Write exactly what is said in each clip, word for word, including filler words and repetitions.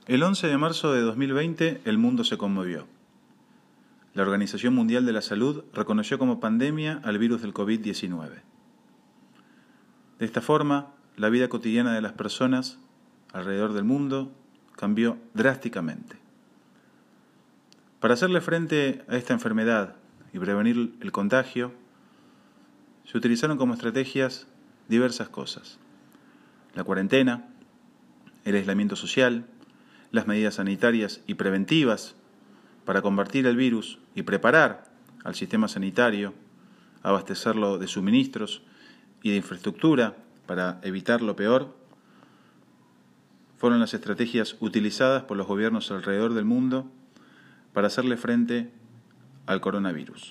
El once de marzo de dos mil veinte, el mundo se conmovió. La Organización Mundial de la Salud reconoció como pandemia al virus del COVID diecinueve. De esta forma, la vida cotidiana de las personas alrededor del mundo cambió drásticamente. Para hacerle frente a esta enfermedad y prevenir el contagio, se utilizaron como estrategias diversas cosas: la cuarentena, el aislamiento social, las medidas sanitarias y preventivas para combatir el virus y preparar al sistema sanitario, abastecerlo de suministros y de infraestructura para evitar lo peor, fueron las estrategias utilizadas por los gobiernos alrededor del mundo para hacerle frente al coronavirus.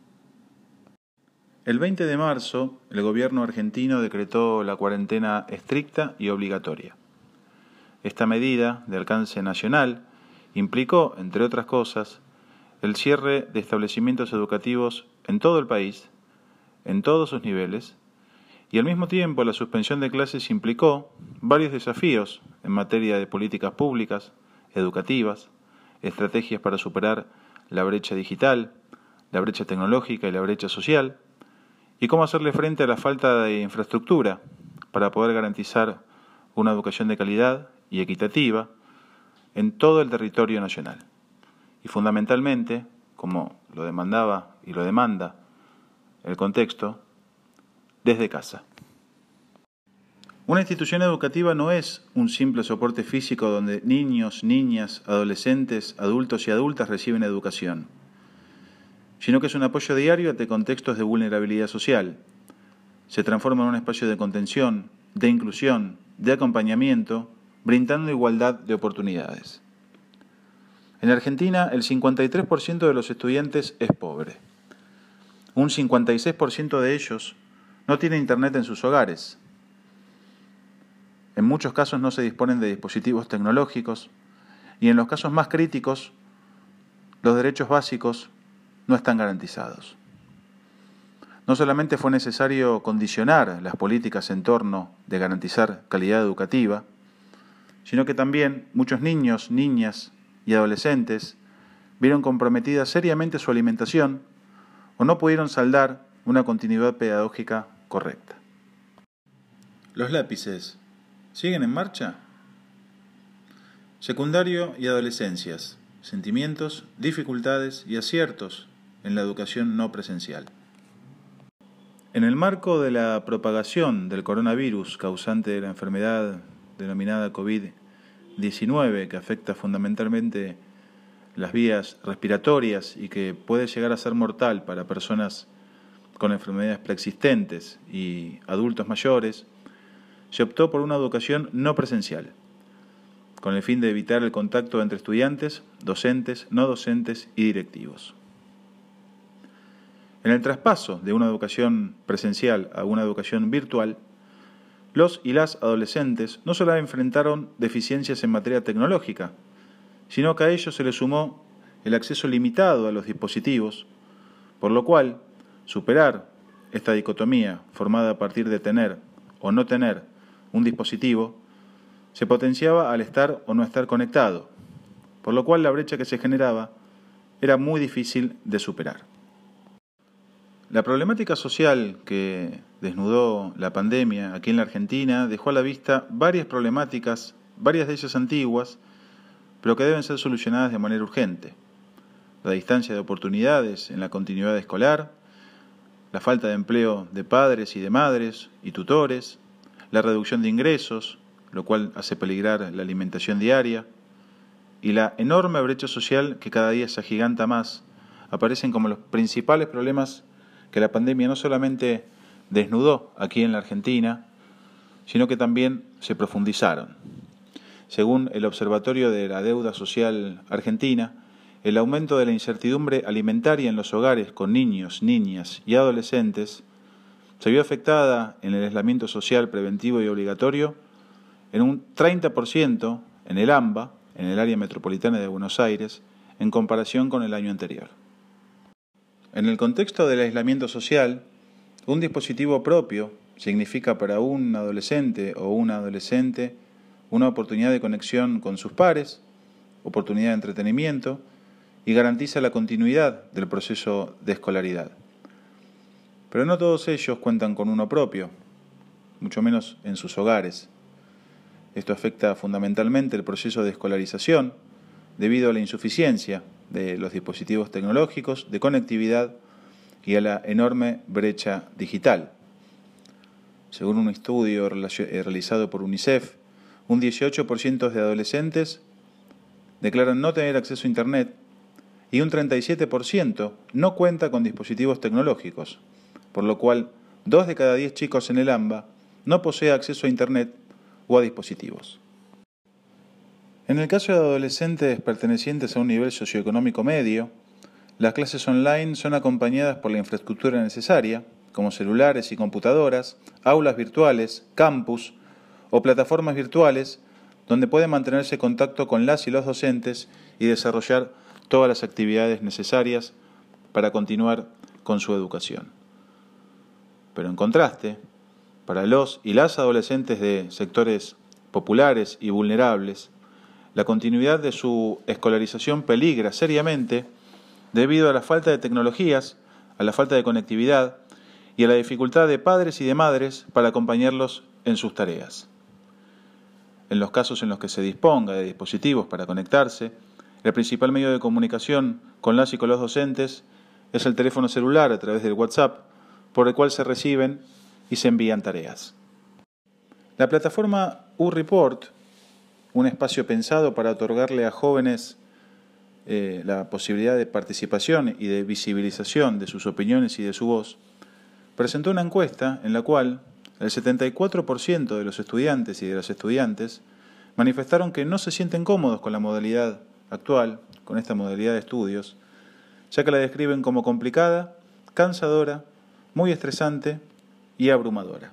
El veinte de marzo, el gobierno argentino decretó la cuarentena estricta y obligatoria. Esta medida, de alcance nacional, implicó, entre otras cosas, el cierre de establecimientos educativos en todo el país, en todos sus niveles, y al mismo tiempo la suspensión de clases implicó varios desafíos en materia de políticas públicas, educativas, estrategias para superar la brecha digital, la brecha tecnológica y la brecha social, y cómo hacerle frente a la falta de infraestructura para poder garantizar una educación de calidad y equitativa en todo el territorio nacional. Y fundamentalmente, como lo demandaba y lo demanda el contexto, desde casa. Una institución educativa no es un simple soporte físico donde niños, niñas, adolescentes, adultos y adultas reciben educación, sino que es un apoyo diario ante contextos de vulnerabilidad social. Se transforma en un espacio de contención, de inclusión, de acompañamiento, brindando igualdad de oportunidades. En Argentina, el cincuenta y tres por ciento de los estudiantes es pobre. Un cincuenta y seis por ciento de ellos no tiene internet en sus hogares. En muchos casos no se disponen de dispositivos tecnológicos y en los casos más críticos, los derechos básicos no están garantizados. No solamente fue necesario condicionar las políticas en torno de garantizar calidad educativa, sino que también muchos niños, niñas y adolescentes vieron comprometida seriamente su alimentación o no pudieron saldar una continuidad pedagógica correcta. ¿Los lápices siguen en marcha? Secundario y adolescencias, sentimientos, dificultades y aciertos en la educación no presencial. En el marco de la propagación del coronavirus causante de la enfermedad denominada COVID diecinueve, que afecta fundamentalmente las vías respiratorias y que puede llegar a ser mortal para personas con enfermedades preexistentes y adultos mayores, se optó por una educación no presencial, con el fin de evitar el contacto entre estudiantes, docentes, no docentes y directivos. En el traspaso de una educación presencial a una educación virtual, los y las adolescentes no solo enfrentaron deficiencias en materia tecnológica, sino que a ello se le sumó el acceso limitado a los dispositivos, por lo cual superar esta dicotomía formada a partir de tener o no tener un dispositivo se potenciaba al estar o no estar conectado, por lo cual la brecha que se generaba era muy difícil de superar. La problemática social que desnudó la pandemia aquí en la Argentina dejó a la vista varias problemáticas, varias de ellas antiguas, pero que deben ser solucionadas de manera urgente. La distancia de oportunidades en la continuidad escolar, la falta de empleo de padres y de madres y tutores, la reducción de ingresos, lo cual hace peligrar la alimentación diaria, y la enorme brecha social que cada día se agiganta más, aparecen como los principales problemas que la pandemia no solamente desnudó aquí en la Argentina, sino que también se profundizaron. Según el Observatorio de la Deuda Social Argentina, el aumento de la incertidumbre alimentaria en los hogares con niños, niñas y adolescentes se vio afectada en el aislamiento social preventivo y obligatorio en un treinta por ciento en el AMBA, en el área metropolitana de Buenos Aires, en comparación con el año anterior. En el contexto del aislamiento social, un dispositivo propio significa para un adolescente o una adolescente una oportunidad de conexión con sus pares, oportunidad de entretenimiento y garantiza la continuidad del proceso de escolaridad. Pero no todos ellos cuentan con uno propio, mucho menos en sus hogares. Esto afecta fundamentalmente el proceso de escolarización debido a la insuficiencia de los dispositivos tecnológicos, de conectividad y a la enorme brecha digital. Según un estudio realizado por UNICEF, un dieciocho por ciento de adolescentes declaran no tener acceso a Internet y un treinta y siete por ciento no cuenta con dispositivos tecnológicos, por lo cual dos de cada diez chicos en el AMBA no posee acceso a Internet o a dispositivos. En el caso de adolescentes pertenecientes a un nivel socioeconómico medio, las clases online son acompañadas por la infraestructura necesaria, como celulares y computadoras, aulas virtuales, campus o plataformas virtuales donde pueden mantenerse en contacto con las y los docentes y desarrollar todas las actividades necesarias para continuar con su educación. Pero en contraste, para los y las adolescentes de sectores populares y vulnerables, la continuidad de su escolarización peligra seriamente debido a la falta de tecnologías, a la falta de conectividad y a la dificultad de padres y de madres para acompañarlos en sus tareas. En los casos en los que se disponga de dispositivos para conectarse, el principal medio de comunicación con las y con los docentes es el teléfono celular a través del WhatsApp, por el cual se reciben y se envían tareas. La plataforma U-Report, un espacio pensado para otorgarle a jóvenes eh, la posibilidad de participación y de visibilización de sus opiniones y de su voz, presentó una encuesta en la cual el setenta y cuatro por ciento de los estudiantes y de las estudiantes manifestaron que no se sienten cómodos con la modalidad actual, con esta modalidad de estudios, ya que la describen como complicada, cansadora, muy estresante y abrumadora.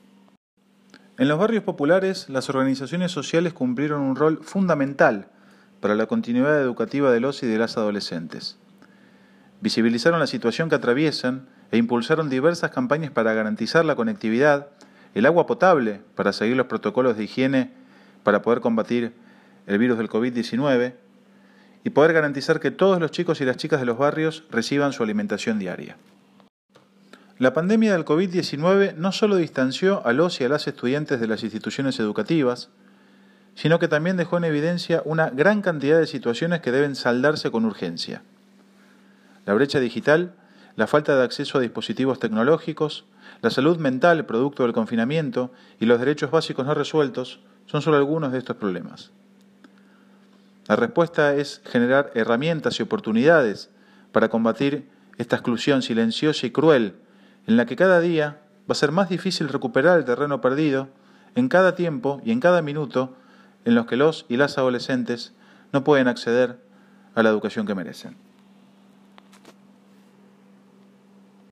En los barrios populares, las organizaciones sociales cumplieron un rol fundamental para la continuidad educativa de los y de las adolescentes. Visibilizaron la situación que atraviesan e impulsaron diversas campañas para garantizar la conectividad, el agua potable para seguir los protocolos de higiene para poder combatir el virus del COVID diecinueve y poder garantizar que todos los chicos y las chicas de los barrios reciban su alimentación diaria. La pandemia del COVID diecinueve no solo distanció a los y a las estudiantes de las instituciones educativas, sino que también dejó en evidencia una gran cantidad de situaciones que deben saldarse con urgencia. La brecha digital, la falta de acceso a dispositivos tecnológicos, la salud mental producto del confinamiento y los derechos básicos no resueltos son solo algunos de estos problemas. La respuesta es generar herramientas y oportunidades para combatir esta exclusión silenciosa y cruel en la que cada día va a ser más difícil recuperar el terreno perdido en cada tiempo y en cada minuto en los que los y las adolescentes no pueden acceder a la educación que merecen.